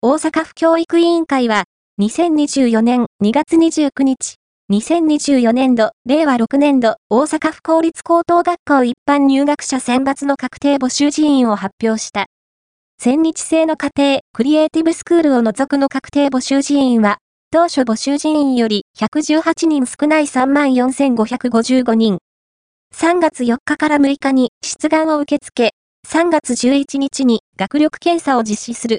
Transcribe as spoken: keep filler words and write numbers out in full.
大阪府教育委員会は、にせんにじゅうよねんにがつにじゅうくにち、にせんにじゅうよねんど、れいわろくねんど、大阪府公立高等学校一般入学者選抜の確定募集人員を発表した。全日制の家庭、クリエイティブスクールを除くの確定募集人員は、当初募集人員よりひゃくじゅうはちにん少ない さんまんよんせんごひゃくごじゅうごにん。さんがつよっかからむいかに出願を受け付け、さんがつじゅういちにちに学力検査を実施する